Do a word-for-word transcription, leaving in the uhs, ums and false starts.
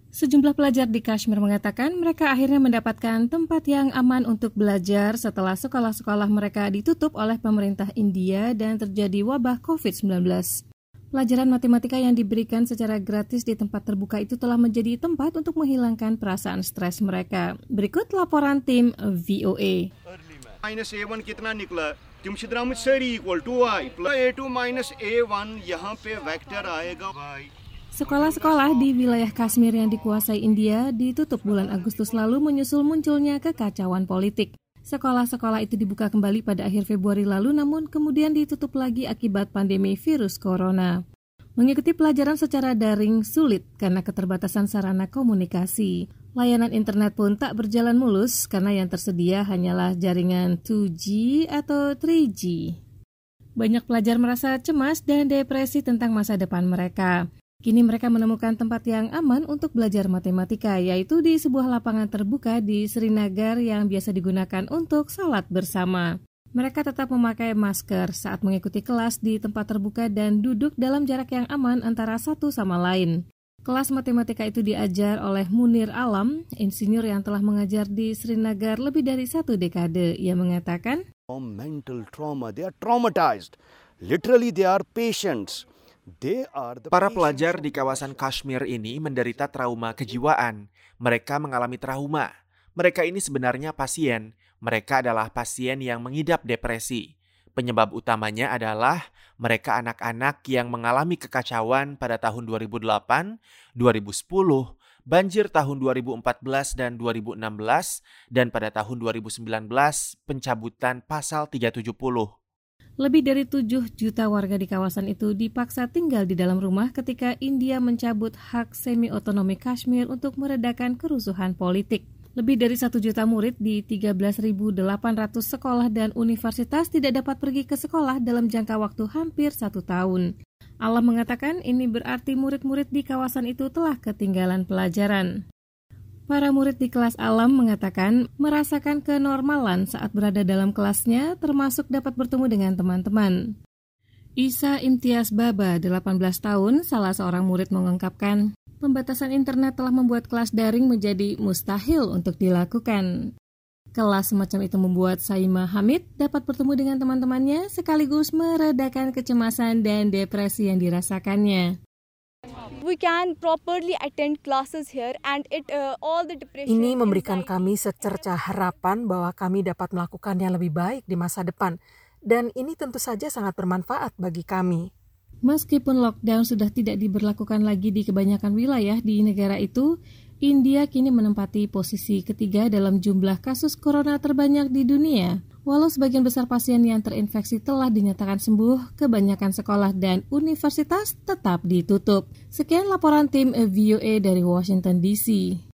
Sejumlah pelajar di Kashmir mengatakan mereka akhirnya mendapatkan tempat yang aman untuk belajar setelah sekolah-sekolah mereka ditutup oleh pemerintah India dan terjadi wabah covid sembilan belas. Pelajaran matematika yang diberikan secara gratis di tempat terbuka itu telah menjadi tempat untuk menghilangkan perasaan stres mereka. Berikut laporan tim V O A. माइनस ए वन कितना निकला तुम सिद्धराम सारी इक्वल टू आई प्लस ए टू माइनस ए वन यहाँ पे वेक्टर आएगा y. Sekolah-sekolah di wilayah Kashmir yang dikuasai India ditutup bulan Agustus lalu menyusul munculnya kekacauan politik. Sekolah-sekolah itu dibuka kembali pada akhir Februari lalu namun kemudian ditutup lagi akibat pandemi virus corona. Mengikuti pelajaran secara daring sulit karena keterbatasan sarana komunikasi. Layanan internet pun tak berjalan mulus karena yang tersedia hanyalah jaringan dua G atau tiga G. Banyak pelajar merasa cemas dan depresi tentang masa depan mereka. Kini mereka menemukan tempat yang aman untuk belajar matematika, yaitu di sebuah lapangan terbuka di Srinagar yang biasa digunakan untuk salat bersama. Mereka tetap memakai masker saat mengikuti kelas di tempat terbuka dan duduk dalam jarak yang aman antara satu sama lain. Kelas matematika itu diajar oleh Munir Alam, insinyur yang telah mengajar di Srinagar lebih dari satu dekade. Ia mengatakan, Mental trauma, they are traumatized. Literally they are patients. Para pelajar di kawasan Kashmir ini menderita trauma kejiwaan. Mereka mengalami trauma. Mereka ini sebenarnya pasien. Mereka adalah pasien yang mengidap depresi. Penyebab utamanya adalah mereka anak-anak yang mengalami kekacauan pada tahun dua ribu delapan, dua ribu sepuluh, banjir tahun dua ribu empat belas dan dua ribu enam belas, dan pada tahun dua ribu sembilan belas pencabutan pasal tiga ratus tujuh puluh. Lebih dari tujuh juta warga di kawasan itu dipaksa tinggal di dalam rumah ketika India mencabut hak semi-otonomi Kashmir untuk meredakan kerusuhan politik. Lebih dari satu juta murid di tiga belas ribu delapan ratus sekolah dan universitas tidak dapat pergi ke sekolah dalam jangka waktu hampir satu tahun. Alam mengatakan ini berarti murid-murid di kawasan itu telah ketinggalan pelajaran. Para murid di kelas Alam mengatakan merasakan kenormalan saat berada dalam kelasnya, termasuk dapat bertemu dengan teman-teman. Isa Imtiaz Baba, delapan belas tahun, salah seorang murid mengungkapkan, pembatasan internet telah membuat kelas daring menjadi mustahil untuk dilakukan. Kelas semacam itu membuat Saima Hamid dapat bertemu dengan teman-temannya sekaligus meredakan kecemasan dan depresi yang dirasakannya. We can properly attend classes here and it uh, all the depression. Ini memberikan kami secerca harapan bahwa kami dapat melakukan yang lebih baik di masa depan dan ini tentu saja sangat bermanfaat bagi kami. Meskipun lockdown sudah tidak diberlakukan lagi di kebanyakan wilayah di negara itu, India kini menempati posisi ketiga dalam jumlah kasus corona terbanyak di dunia. Walau sebagian besar pasien yang terinfeksi telah dinyatakan sembuh, kebanyakan sekolah dan universitas tetap ditutup. Sekian laporan tim V O A dari Washington D C.